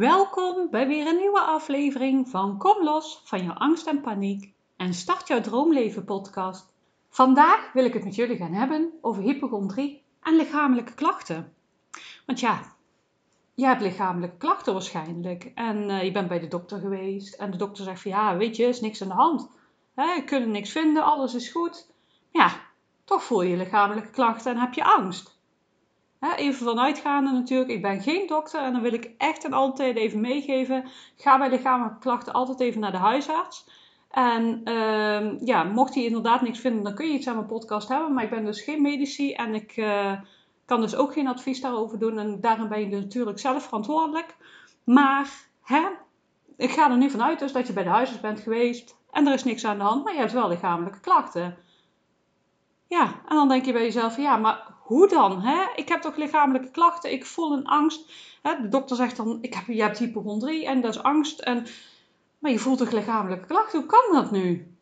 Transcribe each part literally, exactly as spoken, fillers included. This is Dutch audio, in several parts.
Welkom bij weer een nieuwe aflevering van Kom los van jouw angst en paniek en start jouw droomleven podcast. Vandaag wil ik het met jullie gaan hebben over hypochondrie en lichamelijke klachten. Want ja, je hebt lichamelijke klachten waarschijnlijk en uh, je bent bij de dokter geweest en de dokter zegt van ja, weet je, is niks aan de hand. Hè, je kunt niks vinden, alles is goed. Ja, toch voel je lichamelijke klachten en heb je angst. Even vanuitgaande natuurlijk, ik ben geen dokter en dan wil ik echt en altijd even meegeven. Ga bij lichamelijke klachten altijd even naar de huisarts. En uh, ja, mocht hij inderdaad niks vinden, dan kun je iets aan mijn podcast hebben. Maar ik ben dus geen medici en ik uh, kan dus ook geen advies daarover doen. En daarom ben je natuurlijk zelf verantwoordelijk. Maar hè, ik ga er nu vanuit dus dat je bij de huisarts bent geweest en er is niks aan de hand, maar je hebt wel lichamelijke klachten. Ja, en dan denk je bij jezelf, ja, maar hoe dan? Hè? Ik heb toch lichamelijke klachten, ik voel een angst. Hè? De dokter zegt dan, ik heb, je hebt hypochondrie en dat is angst. En, maar je voelt toch lichamelijke klachten? Hoe kan dat nu?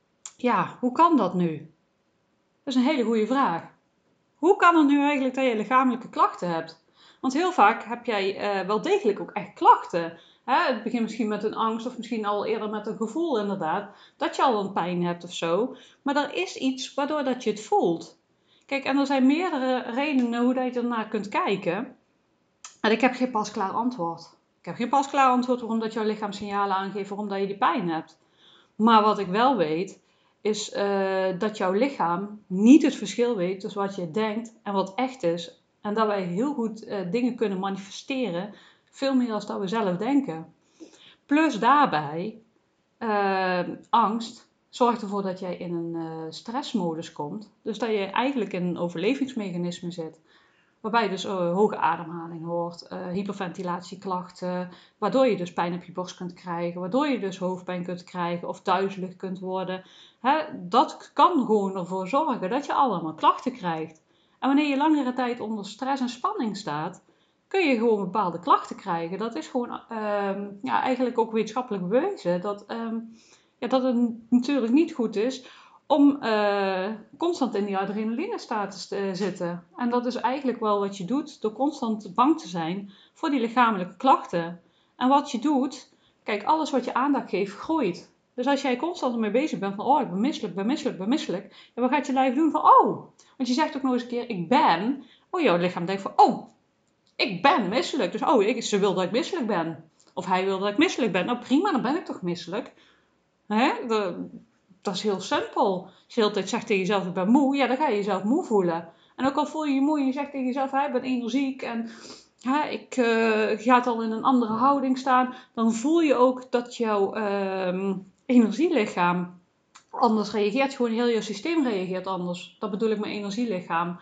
Ja, hoe kan dat nu? Dat is een hele goede vraag. Hoe kan het nu eigenlijk dat je lichamelijke klachten hebt? Want heel vaak heb jij uh, wel degelijk ook echt klachten. Hè? Het begint misschien met een angst of misschien al eerder met een gevoel inderdaad. Dat je al een pijn hebt of zo. Maar er is iets waardoor dat je het voelt. Kijk, en er zijn meerdere redenen hoe dat je ernaar kunt kijken. En ik heb geen pasklaar antwoord. Ik heb geen pasklaar antwoord waarom dat jouw lichaam signalen aangeeft waarom dat je die pijn hebt. Maar wat ik wel weet, is uh, dat jouw lichaam niet het verschil weet tussen wat je denkt en wat echt is. En dat wij heel goed uh, dingen kunnen manifesteren, veel meer dan dat we zelf denken. Plus daarbij, uh, angst zorgt ervoor dat jij in een uh, stressmodus komt. Dus dat je eigenlijk in een overlevingsmechanisme zit. Waarbij je dus uh, hoge ademhaling hoort, uh, hyperventilatieklachten, waardoor je dus pijn op je borst kunt krijgen, waardoor je dus hoofdpijn kunt krijgen of duizelig kunt worden. Hè, dat kan gewoon ervoor zorgen dat je allemaal klachten krijgt. En wanneer je langere tijd onder stress en spanning staat, kun je gewoon bepaalde klachten krijgen. Dat is gewoon uh, ja, eigenlijk ook wetenschappelijk bewezen dat, uh, ja, dat het natuurlijk niet goed is om uh, constant in die adrenaline-status te zitten. En dat is eigenlijk wel wat je doet door constant bang te zijn voor die lichamelijke klachten. En wat je doet, kijk, alles wat je aandacht geeft, groeit. Dus als jij constant ermee bezig bent van, oh, ik ben misselijk, ben misselijk, ben misselijk. En wat gaat je lijf doen van, oh, want je zegt ook nog eens een keer, ik ben. Oh, jouw lichaam denkt van, oh, ik ben misselijk. Dus, oh, ik, ze wil dat ik misselijk ben. Of hij wil dat ik misselijk ben. Nou, prima, dan ben ik toch misselijk. Hè? De, Dat is heel simpel. Als je de hele tijd zegt tegen jezelf, ik ben moe, ja, dan ga je jezelf moe voelen. En ook al voel je je moe en je zegt tegen jezelf, ik ben energiek en hè, ik uh, ga al in een andere houding staan, dan voel je ook dat jouw uh, energielichaam anders reageert. Gewoon heel je systeem reageert anders. Dat bedoel ik met energielichaam.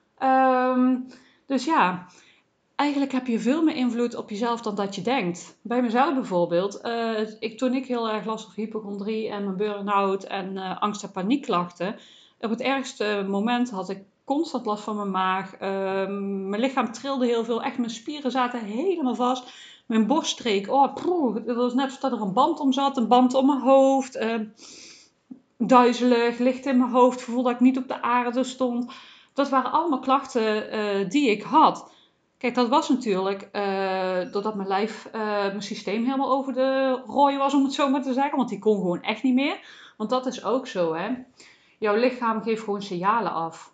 Um, dus ja, eigenlijk heb je veel meer invloed op jezelf dan dat je denkt. Bij mezelf bijvoorbeeld, uh, ik, toen ik heel erg last van hypochondrie en mijn burn-out en uh, angst- en paniekklachten. Op het ergste moment had ik constant last van mijn maag. Uh, mijn lichaam trilde heel veel, echt mijn spieren zaten helemaal vast. Mijn borststreek, oh, proe, het was net alsof er een band om zat, een band om mijn hoofd. Uh, duizelig, licht in mijn hoofd, gevoel dat ik niet op de aarde stond. Dat waren allemaal klachten uh, die ik had. Kijk, dat was natuurlijk uh, doordat mijn lijf, uh, mijn systeem helemaal over de rooi was, om het zo maar te zeggen. Want die kon gewoon echt niet meer. Want dat is ook zo, hè. Jouw lichaam geeft gewoon signalen af.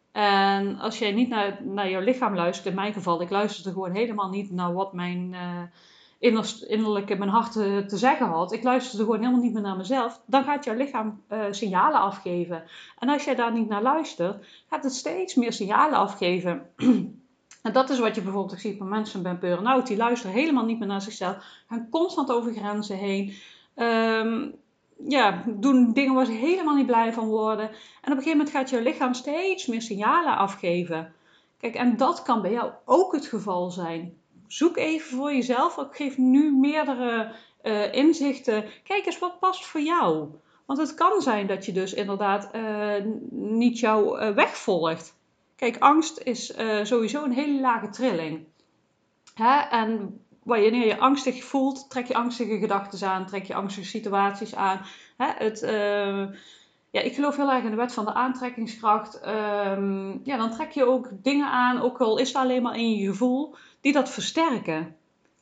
En als jij niet naar, naar jouw lichaam luistert, in mijn geval, ik luisterde gewoon helemaal niet naar wat mijn uh, innerst, innerlijk in mijn hart te, te zeggen had. Ik luisterde gewoon helemaal niet meer naar mezelf. Dan gaat jouw lichaam uh, signalen afgeven. En als jij daar niet naar luistert, gaat het steeds meer signalen afgeven. En dat is wat je bijvoorbeeld ook ziet bij mensen bij burn-out. Die luisteren helemaal niet meer naar zichzelf. Gaan constant over grenzen heen. Um, ja, doen dingen waar ze helemaal niet blij van worden. En op een gegeven moment gaat jouw lichaam steeds meer signalen afgeven. Kijk, en dat kan bij jou ook het geval zijn. Zoek even voor jezelf. Ik geef nu meerdere uh, inzichten. Kijk eens wat past voor jou. Want het kan zijn dat je dus inderdaad uh, niet jouw uh, weg volgt. Kijk, angst is uh, sowieso een hele lage trilling. Hè? En wanneer je angstig voelt, trek je angstige gedachten aan, trek je angstige situaties aan. Hè? Het, uh, ja, ik geloof heel erg in de wet van de aantrekkingskracht. Um, ja, dan trek je ook dingen aan, ook al is het alleen maar in je gevoel, die dat versterken.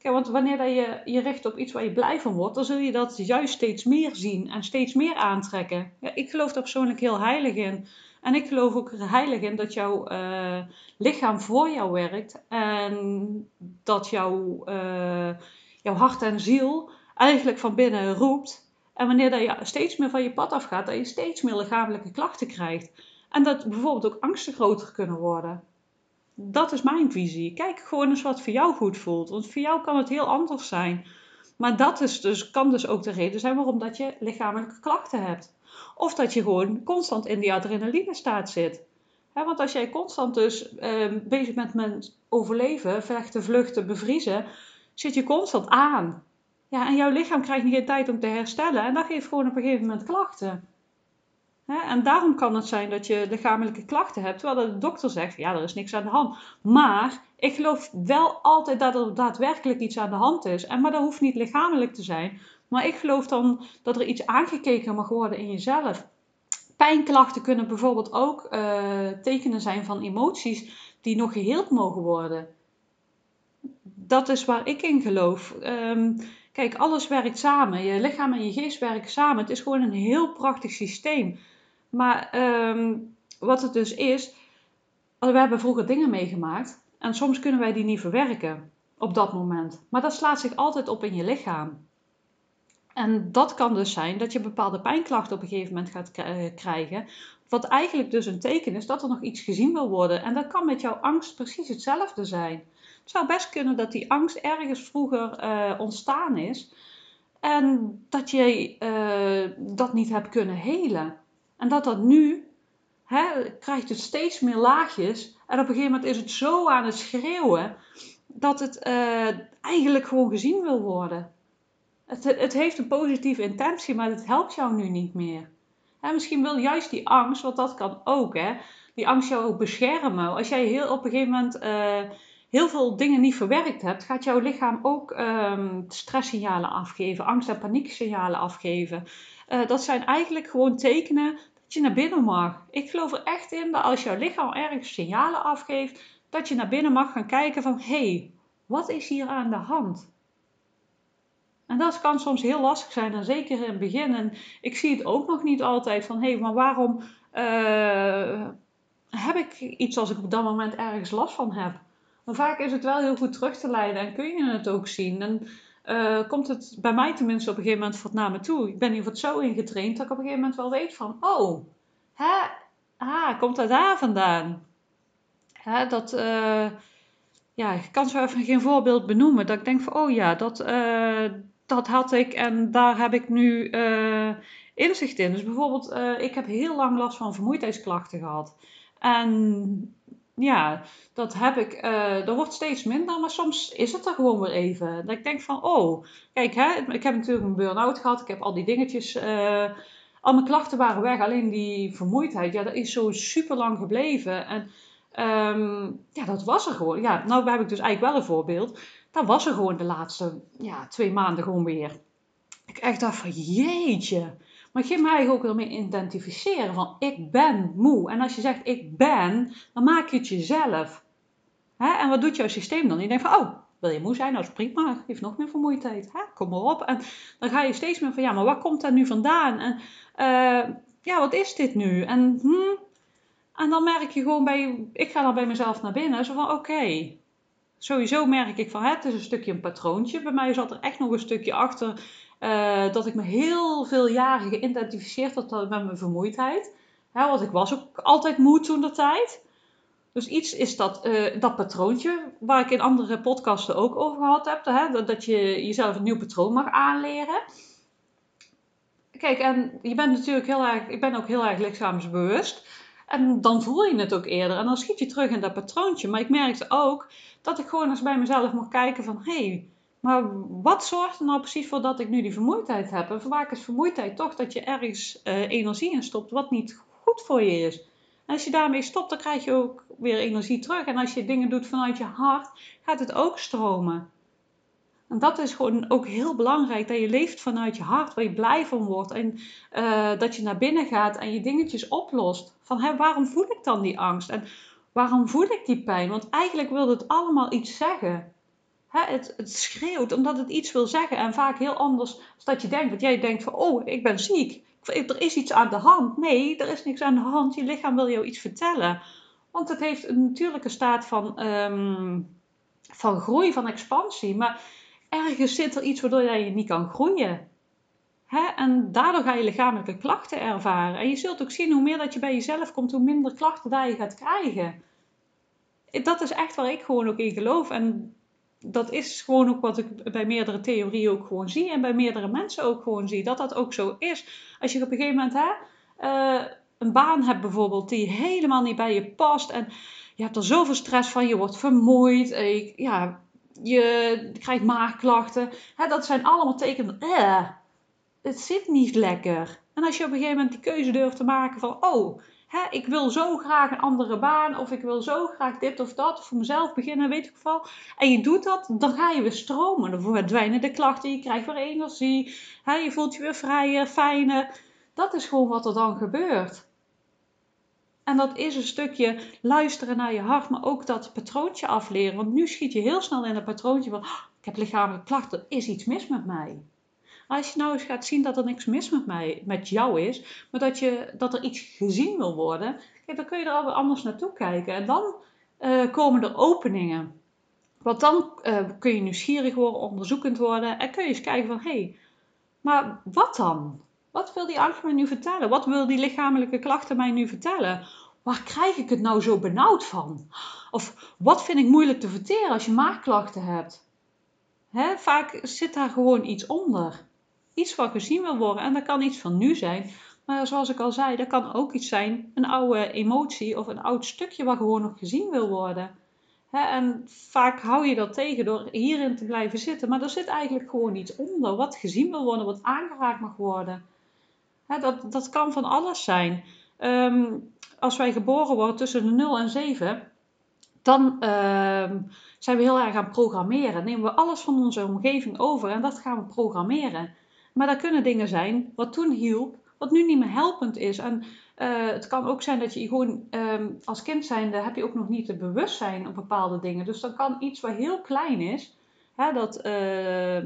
Kijk, want wanneer dat je je richt op iets waar je blij van wordt, dan zul je dat juist steeds meer zien en steeds meer aantrekken. Ja, ik geloof daar persoonlijk heel heilig in. En ik geloof ook er heilig in dat jouw uh, lichaam voor jou werkt. En dat jouw, uh, jouw hart en ziel eigenlijk van binnen roept. En wanneer dat je steeds meer van je pad afgaat, dat je steeds meer lichamelijke klachten krijgt. En dat bijvoorbeeld ook angsten groter kunnen worden. Dat is mijn visie. Kijk gewoon eens wat voor jou goed voelt. Want voor jou kan het heel anders zijn. Maar dat is dus, kan dus ook de reden zijn waarom dat je lichamelijke klachten hebt. Of dat je gewoon constant in die adrenaline staat zit. He, want als jij constant dus uh, bezig bent met overleven, vechten, vluchten, bevriezen, zit je constant aan. Ja, en jouw lichaam krijgt niet geen tijd om te herstellen. En dat geeft gewoon op een gegeven moment klachten. He, en daarom kan het zijn dat je lichamelijke klachten hebt, terwijl de dokter zegt, ja, er is niks aan de hand. Maar ik geloof wel altijd dat er daadwerkelijk iets aan de hand is. En, maar dat hoeft niet lichamelijk te zijn. Maar ik geloof dan dat er iets aangekeken mag worden in jezelf. Pijnklachten kunnen bijvoorbeeld ook uh, tekenen zijn van emoties die nog geheeld mogen worden. Dat is waar ik in geloof. Um, kijk, alles werkt samen. Je lichaam en je geest werken samen. Het is gewoon een heel prachtig systeem. Maar um, wat het dus is, we hebben vroeger dingen meegemaakt en soms kunnen wij die niet verwerken op dat moment. Maar dat slaat zich altijd op in je lichaam. En dat kan dus zijn dat je bepaalde pijnklachten op een gegeven moment gaat k- krijgen, wat eigenlijk dus een teken is dat er nog iets gezien wil worden. En dat kan met jouw angst precies hetzelfde zijn. Het zou best kunnen dat die angst ergens vroeger uh, ontstaan is en dat je uh, dat niet hebt kunnen helen. En dat dat nu, hè, krijgt het steeds meer laagjes. En op een gegeven moment is het zo aan het schreeuwen dat het uh, eigenlijk gewoon gezien wil worden. Het, het heeft een positieve intentie, maar het helpt jou nu niet meer. Hè, misschien wil juist die angst, want dat kan ook, hè, die angst jou ook beschermen. Als jij heel, op een gegeven moment uh, heel veel dingen niet verwerkt hebt, gaat jouw lichaam ook um, stresssignalen afgeven, angst- en panieksignalen afgeven. Uh, dat zijn eigenlijk gewoon tekenen dat je naar binnen mag. Ik geloof er echt in dat als jouw lichaam ergens signalen afgeeft, dat je naar binnen mag gaan kijken van, hé, hey, wat is hier aan de hand? En dat kan soms heel lastig zijn, en zeker in het begin. En ik zie het ook nog niet altijd van, hé, hey, maar waarom uh, heb ik iets als ik op dat moment ergens last van heb? Maar vaak is het wel heel goed terug te leiden en kun je het ook zien. En uh, komt het bij mij tenminste op een gegeven moment naar me toe. Ik ben hier wat zo ingetraind dat ik op een gegeven moment wel weet van, oh, hè, ah, komt dat daar vandaan? Hè, dat, uh, ja, ik kan zo even geen voorbeeld benoemen. Dat ik denk van, oh ja, dat... Uh, dat had ik en daar heb ik nu uh, inzicht in. Dus bijvoorbeeld, uh, ik heb heel lang last van vermoeidheidsklachten gehad. En ja, dat heb ik, uh, dat wordt steeds minder, maar soms is het er gewoon weer even. Dat ik denk van, oh, kijk, hè, ik heb natuurlijk een burn-out gehad. Ik heb al die dingetjes, uh, al mijn klachten waren weg. Alleen die vermoeidheid, ja, dat is zo super lang gebleven. En um, ja, dat was er gewoon. Ja, nou heb ik dus eigenlijk wel een voorbeeld. Dat was er gewoon de laatste ja, twee maanden gewoon weer. Ik echt dacht van jeetje. Maar ik ging me eigenlijk ook ermee identificeren van ik ben moe. En als je zegt ik ben, dan maak je het jezelf. Hè? En wat doet jouw systeem dan? Je denkt van oh, wil je moe zijn? Nou is prima. Geef nog meer vermoeidheid. Hè? Kom maar op. En dan ga je steeds meer van ja, maar waar komt dat nu vandaan? En uh, ja, wat is dit nu? En, hmm, en dan merk je gewoon bij, ik ga dan bij mezelf naar binnen. Zo van oké. Okay. Sowieso merk ik van het is een stukje een patroontje. Bij mij zat er echt nog een stukje achter uh, dat ik me heel veel jaren geïdentificeerd had met mijn vermoeidheid. Hè, want ik was ook altijd moe toen de tijd. Dus iets is dat, uh, dat patroontje waar ik in andere podcasten ook over gehad heb. Hè, dat je jezelf een nieuw patroon mag aanleren. Kijk, en je bent natuurlijk heel erg, ik ben ook heel erg lichaamsbewust. En dan voel je het ook eerder. En dan schiet je terug in dat patroontje. Maar ik merkte ook dat ik gewoon eens bij mezelf mocht kijken van... Hé, hey, maar wat zorgt er nou precies voor dat ik nu die vermoeidheid heb? En vaak is vermoeidheid toch dat je ergens uh, energie in stopt wat niet goed voor je is. En als je daarmee stopt, dan krijg je ook weer energie terug. En als je dingen doet vanuit je hart, gaat het ook stromen. En dat is gewoon ook heel belangrijk, dat je leeft vanuit je hart, waar je blij van wordt. En uh, dat je naar binnen gaat en je dingetjes oplost. Van hè, waarom voel ik dan die angst? En waarom voel ik die pijn? Want eigenlijk wil het allemaal iets zeggen. Hè, het, het schreeuwt omdat het iets wil zeggen en vaak heel anders dan dat je denkt. Want jij denkt van, oh, ik ben ziek. Er is iets aan de hand. Nee, er is niks aan de hand. Je lichaam wil jou iets vertellen. Want het heeft een natuurlijke staat van, um, van groei, van expansie. Maar ergens zit er iets waardoor je niet kan groeien. Hè? En daardoor ga je lichamelijke klachten ervaren. En je zult ook zien, hoe meer dat je bij jezelf komt, hoe minder klachten daar je gaat krijgen. Dat is echt waar ik gewoon ook in geloof. En dat is gewoon ook wat ik bij meerdere theorieën ook gewoon zie. En bij meerdere mensen ook gewoon zie. Dat dat ook zo is. Als je op een gegeven moment hè, uh, een baan hebt bijvoorbeeld die helemaal niet bij je past. En je hebt er zoveel stress van. Je wordt vermoeid. Je, ja, je krijgt maagklachten. Hè, dat zijn allemaal tekenen. Uh, het zit niet lekker. En als je op een gegeven moment die keuze durft te maken van... Oh, hè, ik wil zo graag een andere baan. Of ik wil zo graag dit of dat. Of voor mezelf beginnen, weet ik wel. En je doet dat, dan ga je weer stromen. Dan verdwijnen de klachten. Je krijgt weer energie. Hè, je voelt je weer vrijer, fijner. Dat is gewoon wat er dan gebeurt. En dat is een stukje luisteren naar je hart. Maar ook dat patroontje afleren. Want nu schiet je heel snel in een patroontje van... Oh, ik heb lichamelijke klachten. Er is iets mis met mij. Als je nou eens gaat zien dat er niks mis met mij, met jou is, maar dat, je, dat er iets gezien wil worden, kijk, dan kun je er alweer anders naartoe kijken. En dan uh, komen er openingen. Want dan uh, kun je nieuwsgierig worden, onderzoekend worden en kun je eens kijken van, hé, hey, maar wat dan? Wat wil die angst mij nu vertellen? Wat wil die lichamelijke klachten mij nu vertellen? Waar krijg ik het nou zo benauwd van? Of wat vind ik moeilijk te verteren als je maagklachten hebt? Hè, vaak zit daar gewoon iets onder. Iets wat gezien wil worden. En dat kan iets van nu zijn. Maar zoals ik al zei, dat kan ook iets zijn. Een oude emotie of een oud stukje wat gewoon nog gezien wil worden. Hè, en vaak hou je dat tegen door hierin te blijven zitten. Maar er zit eigenlijk gewoon iets onder. Wat gezien wil worden, wat aangeraakt mag worden. Hè, dat, dat kan van alles zijn. Um, als wij geboren worden tussen de nul en zeven... Dan uh, zijn we heel erg aan het programmeren. Nemen we alles van onze omgeving over en dat gaan we programmeren. Maar dat kunnen dingen zijn wat toen hielp, wat nu niet meer helpend is. En uh, het kan ook zijn dat je gewoon um, als kind zijnde heb je ook nog niet het bewustzijn op bepaalde dingen. Dus dan kan iets wat heel klein is, hè, dat, uh,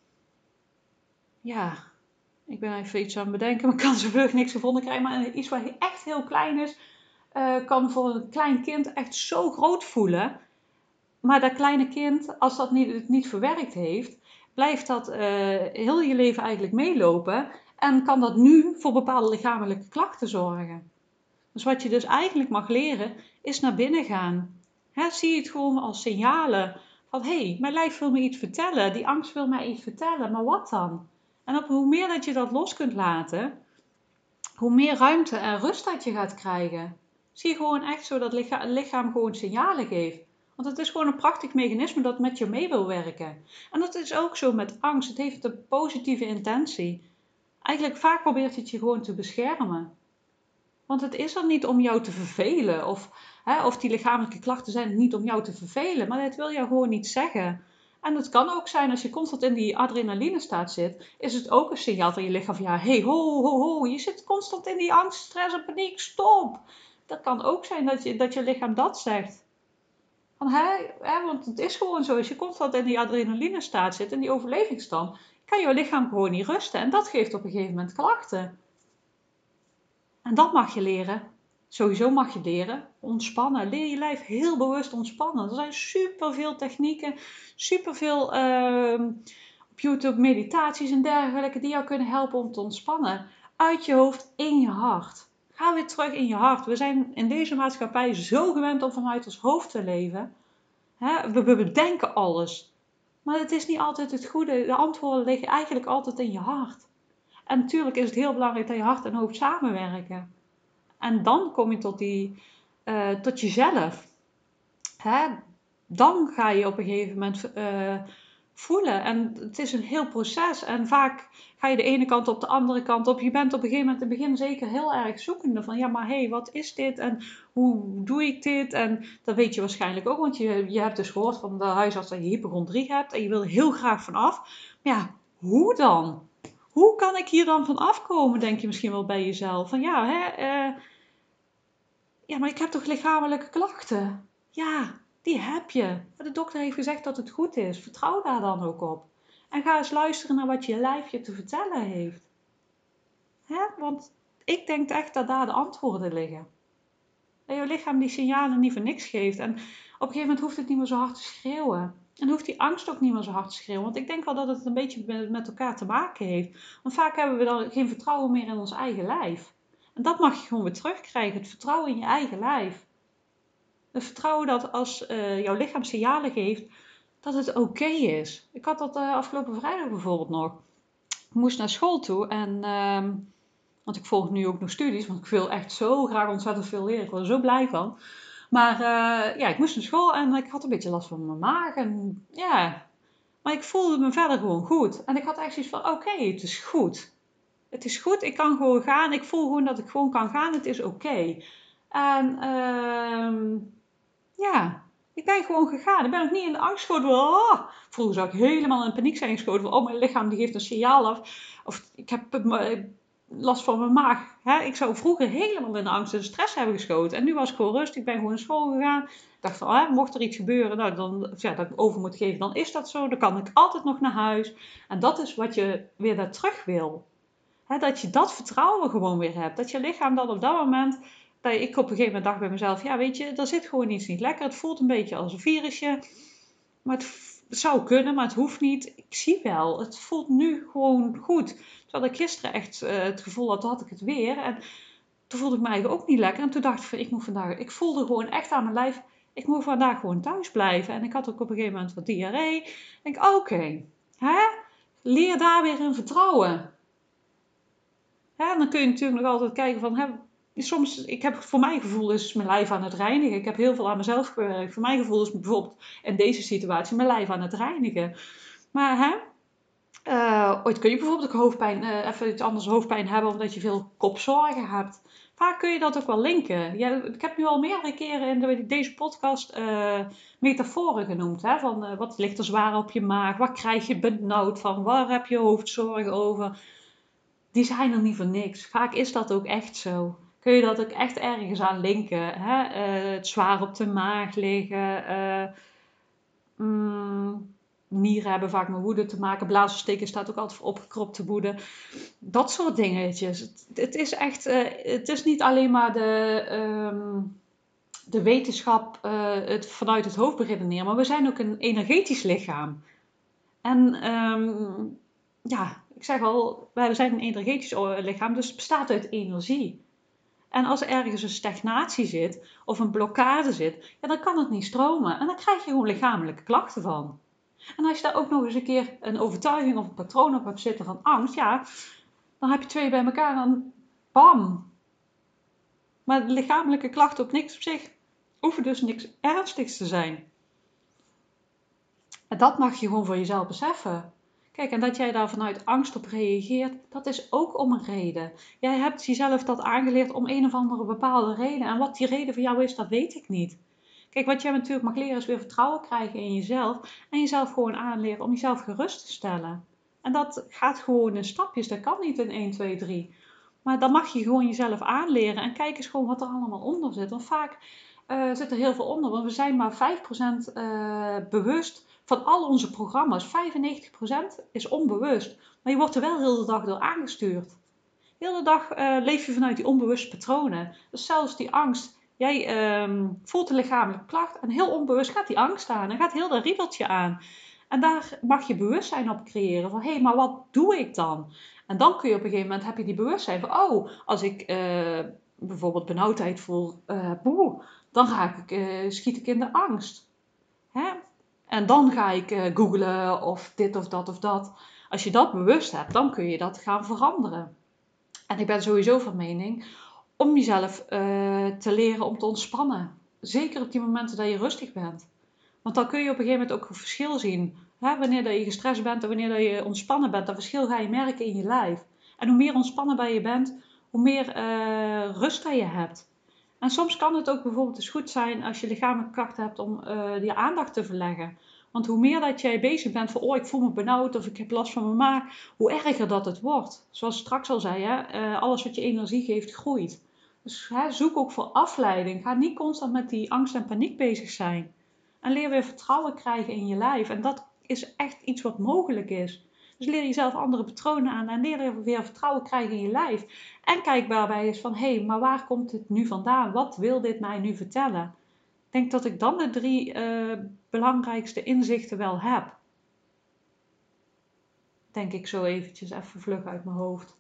ja, ik ben even iets aan het bedenken, maar ik kan zo vlug niks gevonden krijgen. Maar iets wat echt heel klein is, uh, kan voor een klein kind echt zo groot voelen. Maar dat kleine kind, als dat niet, het niet verwerkt heeft, blijft dat uh, heel je leven eigenlijk meelopen. En kan dat nu voor bepaalde lichamelijke klachten zorgen. Dus wat je dus eigenlijk mag leren, is naar binnen gaan. Hè, zie het gewoon als signalen. Van, hé, hey, mijn lijf wil me iets vertellen. Die angst wil mij iets vertellen. Maar wat dan? En op, hoe meer dat je dat los kunt laten, hoe meer ruimte en rust dat je gaat krijgen. Zie je gewoon echt zo dat licha- het lichaam gewoon signalen geeft. Want het is gewoon een prachtig mechanisme dat met je mee wil werken. En dat is ook zo met angst. Het heeft een positieve intentie. Eigenlijk vaak probeert het je gewoon te beschermen. Want het is er niet om jou te vervelen. Of, hè, of die lichamelijke klachten zijn niet om jou te vervelen. Maar het wil jou gewoon niet zeggen. En het kan ook zijn als je constant in die adrenaline staat zit. Is het ook een signaal van je lichaam van ja, hey, ho, ho, ho. Je zit constant in die angst, stress en paniek. Stop. Dat kan ook zijn dat je, dat je lichaam dat zegt. Van, hè, hè, want het is gewoon zo, als je constant in die adrenaline staat zit, in die overlevingsstand, kan je lichaam gewoon niet rusten. En dat geeft op een gegeven moment klachten. En dat mag je leren. Sowieso mag je leren. Ontspannen. Leer je lijf heel bewust ontspannen. Er zijn superveel technieken, superveel uh, op YouTube meditaties en dergelijke die jou kunnen helpen om te ontspannen. Uit je hoofd, in je hart. Ga weer terug in je hart. We zijn in deze maatschappij zo gewend om vanuit ons hoofd te leven. Hè? We, we bedenken alles. Maar het is niet altijd het goede. De antwoorden liggen eigenlijk altijd in je hart. En natuurlijk is het heel belangrijk dat je hart en hoofd samenwerken. En dan kom je tot, die, uh, tot jezelf. Hè? Dan ga je op een gegeven moment uh, voelen. En het is een heel proces. En vaak ga je de ene kant op, de andere kant op. Je bent op een gegeven moment in het begin zeker heel erg zoekende. Van ja, maar hé, hey, wat is dit? En hoe doe ik dit? En dat weet je waarschijnlijk ook. Want je, je hebt dus gehoord van de huisarts dat je hypochondrie hebt. En je wil er heel graag van af. Maar ja, hoe dan? Hoe kan ik hier dan van afkomen, denk je misschien wel bij jezelf. Van ja, hè, uh, ja, maar ik heb toch lichamelijke klachten? Ja, die heb je. De dokter heeft gezegd dat het goed is. Vertrouw daar dan ook op. En ga eens luisteren naar wat je lijf je te vertellen heeft. Hè? Want ik denk echt dat daar de antwoorden liggen. Dat je lichaam die signalen niet voor niks geeft. En op een gegeven moment hoeft het niet meer zo hard te schreeuwen. En hoeft die angst ook niet meer zo hard te schreeuwen. Want ik denk wel dat het een beetje met elkaar te maken heeft. Want vaak hebben we dan geen vertrouwen meer in ons eigen lijf. En dat mag je gewoon weer terugkrijgen. Het vertrouwen in je eigen lijf. Het vertrouwen dat als uh, jouw lichaam signalen geeft, dat het oké okay is. Ik had dat uh, afgelopen vrijdag bijvoorbeeld nog. Ik moest naar school toe en... Uh, Want ik volg nu ook nog studies, want ik wil echt zo graag ontzettend veel leren. Ik word er zo blij van. Maar uh, ja, ik moest naar school en ik had een beetje last van mijn maag. En ja, maar ik voelde me verder gewoon goed. En ik had echt zoiets van, oké, okay, het is goed. Het is goed, ik kan gewoon gaan. Ik voel gewoon dat ik gewoon kan gaan. Het is oké. Okay. En uh, ja, ik ben gewoon gegaan. Ik ben ook niet in de angst geschoten. Oh, vroeger zou ik helemaal in paniek zijn geschoten. Van, oh, mijn lichaam die geeft een signaal af. Of ik heb last van mijn maag. Hè? Ik zou vroeger helemaal in de angst en stress hebben geschoten. En nu was ik gewoon rustig. Ik ben gewoon naar school gegaan. Ik dacht van, hè, mocht er iets gebeuren, nou, dan, ja, dat ik over moet geven, dan is dat zo. Dan kan ik altijd nog naar huis. En dat is wat je weer daar terug wil. Hè? Dat je dat vertrouwen gewoon weer hebt. Dat je lichaam dan op dat moment... Dat ik op een gegeven moment dacht bij mezelf, ja, weet je, er zit gewoon iets niet lekker. Het voelt een beetje als een virusje. Maar het... Het zou kunnen, maar het hoeft niet. Ik zie wel. Het voelt nu gewoon goed. Terwijl ik gisteren echt uh, het gevoel had, had ik het weer. En toen voelde ik me eigenlijk ook niet lekker. En toen dacht ik van, ik moet vandaag... Ik voelde gewoon echt aan mijn lijf, ik moet vandaag gewoon thuis blijven. En ik had ook op een gegeven moment wat diarree. Ik denk, oké. Okay, leer daar weer in vertrouwen. Hè? En dan kun je natuurlijk nog altijd kijken van... Hè, soms, ik heb voor mijn gevoel is mijn lijf aan het reinigen. Ik heb heel veel aan mezelf gewerkt. Voor mijn gevoel is bijvoorbeeld in deze situatie mijn lijf aan het reinigen. Maar hè, uh, ooit kun je bijvoorbeeld ook hoofdpijn, uh, even iets anders hoofdpijn hebben omdat je veel kopzorgen hebt. Vaak kun je dat ook wel linken. Ja, ik heb nu al meerdere keren in de, deze podcast uh, metaforen genoemd. Hè, van uh, wat ligt er zwaar op je maag? Wat krijg je benauwd van? Waar heb je hoofdzorgen over? Die zijn er niet voor niks. Vaak is dat ook echt zo. Kun je dat ook echt ergens aan linken. Hè? Uh, het zwaar op de maag liggen. Uh, mm, nieren hebben vaak met woede te maken. Blazensteken staat ook altijd voor opgekropte woede. Dat soort dingetjes. Het, het is echt... Uh, het is niet alleen maar de... Um, de wetenschap uh, het vanuit het hoofd beredeneren. Maar we zijn ook een energetisch lichaam. En... Um, ja... Ik zeg al, wij zijn een energetisch lichaam, dus het bestaat uit energie. En als er ergens een stagnatie zit, of een blokkade zit, ja, dan kan het niet stromen. En dan krijg je gewoon lichamelijke klachten van. En als je daar ook nog eens een keer een overtuiging of een patroon op hebt zitten van angst, ja, dan heb je twee bij elkaar en dan bam. Maar de lichamelijke klachten op niks op zich hoeven dus niks ernstigs te zijn. En dat mag je gewoon voor jezelf beseffen. Kijk, en dat jij daar vanuit angst op reageert, dat is ook om een reden. Jij hebt jezelf dat aangeleerd om een of andere bepaalde reden. En wat die reden voor jou is, dat weet ik niet. Kijk, wat jij natuurlijk mag leren is weer vertrouwen krijgen in jezelf. En jezelf gewoon aanleren om jezelf gerust te stellen. En dat gaat gewoon in stapjes, dat kan niet in één, twee, drie. Maar dan mag je gewoon jezelf aanleren en kijk eens gewoon wat er allemaal onder zit. Want vaak uh, zit er heel veel onder, want we zijn maar vijf procent uh, bewust van al onze programma's. vijfennegentig procent is onbewust. Maar je wordt er wel heel de dag door aangestuurd. Heel de dag uh, leef je vanuit die onbewuste patronen. Dus zelfs die angst. Jij uh, voelt een lichamelijke klacht en heel onbewust gaat die angst aan. En gaat heel dat riedeltje aan. En daar mag je bewustzijn op creëren. Van, hé, hey, maar wat doe ik dan? En dan kun je op een gegeven moment, heb je die bewustzijn van, oh, als ik uh, bijvoorbeeld benauwdheid voel, uh, boe, dan raak ik, uh, schiet ik in de angst. Hè? En dan ga ik uh, googlen of dit of dat of dat. Als je dat bewust hebt, dan kun je dat gaan veranderen. En ik ben sowieso van mening om jezelf uh, te leren om te ontspannen. Zeker op die momenten dat je rustig bent. Want dan kun je op een gegeven moment ook een verschil zien. Hè? Wanneer dat je gestrest bent en wanneer dat je ontspannen bent. Dat verschil ga je merken in je lijf. En hoe meer ontspannen bij je bent, hoe meer uh, rust dat je hebt. En soms kan het ook bijvoorbeeld eens goed zijn als je lichamelijke kracht hebt om uh, je aandacht te verleggen. Want hoe meer dat jij bezig bent van, oh, ik voel me benauwd of ik heb last van mijn maag, hoe erger dat het wordt. Zoals ik straks al zei, hè, uh, alles wat je energie geeft, groeit. Dus hè, zoek ook voor afleiding. Ga niet constant met die angst en paniek bezig zijn. En leer weer vertrouwen krijgen in je lijf. En dat is echt iets wat mogelijk is. Dus leer jezelf andere patronen aan en leer weer vertrouwen krijgen in je lijf. En kijk daarbij eens van, hé, hey, maar waar komt dit nu vandaan? Wat wil dit mij nu vertellen? Ik denk dat ik dan de drie uh, belangrijkste inzichten wel heb. Denk ik zo eventjes even vlug uit mijn hoofd.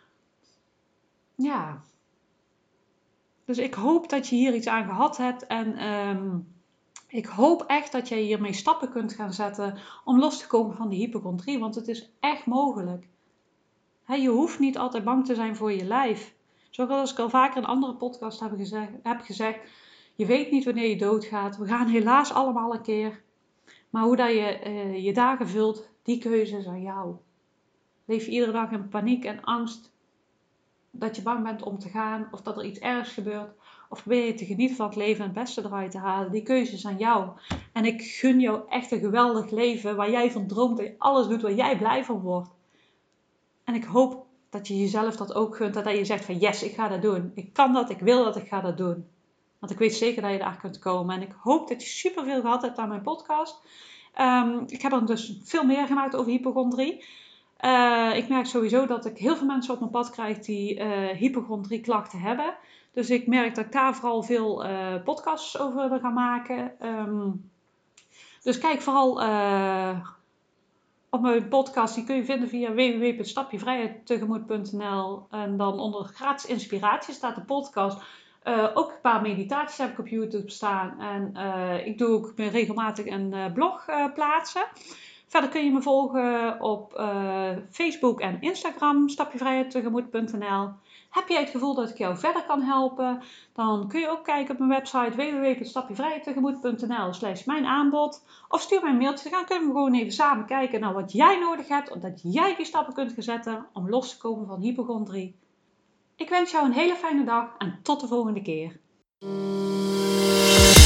Ja. Dus ik hoop dat je hier iets aan gehad hebt. En um, ik hoop echt dat jij hiermee stappen kunt gaan zetten om los te komen van die hypochondrie. Want het is echt mogelijk. He, je hoeft niet altijd bang te zijn voor je lijf. Zoals ik al vaker in andere podcasts heb gezegd, heb gezegd. Je weet niet wanneer je doodgaat. We gaan helaas allemaal een keer. Maar hoe dat je uh, je dagen vult, die keuze is aan jou. Leef je iedere dag in paniek en angst dat je bang bent om te gaan of dat er iets ergs gebeurt, of probeer je te genieten van het leven en het beste eruit te halen. Die keuze is aan jou. En ik gun jou echt een geweldig leven waar jij van droomt, dat je alles doet waar jij blij van wordt. En ik hoop dat je jezelf dat ook gunt, dat je zegt van yes, ik ga dat doen. Ik kan dat, ik wil dat, ik ga dat doen. Want ik weet zeker dat je daar kunt komen. En ik hoop dat je superveel gehad hebt aan mijn podcast. Um, ik heb er dus veel meer gemaakt over hypochondrie. Uh, ik merk sowieso dat ik heel veel mensen op mijn pad krijg die uh, hypochondrie klachten hebben. Dus ik merk dat ik daar vooral veel uh, podcasts over wil gaan maken. Um, dus kijk vooral uh, op mijn podcast. Die kun je vinden via w w w punt stapjevrijheidtegemoet punt n l. En dan onder gratis inspiratie staat de podcast. Uh, ook een paar meditaties heb ik op YouTube staan. En uh, ik doe ook regelmatig een uh, blog uh, plaatsen. Verder kun je me volgen op uh, Facebook en Instagram, stapjevrijheidtegemoet punt n l. Heb jij het gevoel dat ik jou verder kan helpen? Dan kun je ook kijken op mijn website w w w punt stapjevrijheidtegemoet punt n l slash mijn aanbod. Of stuur mij een mailtje, dan kunnen we gewoon even samen kijken naar wat jij nodig hebt. Omdat jij die stappen kunt gaan zetten om los te komen van hypochondrie. Ik wens jou een hele fijne dag en tot de volgende keer.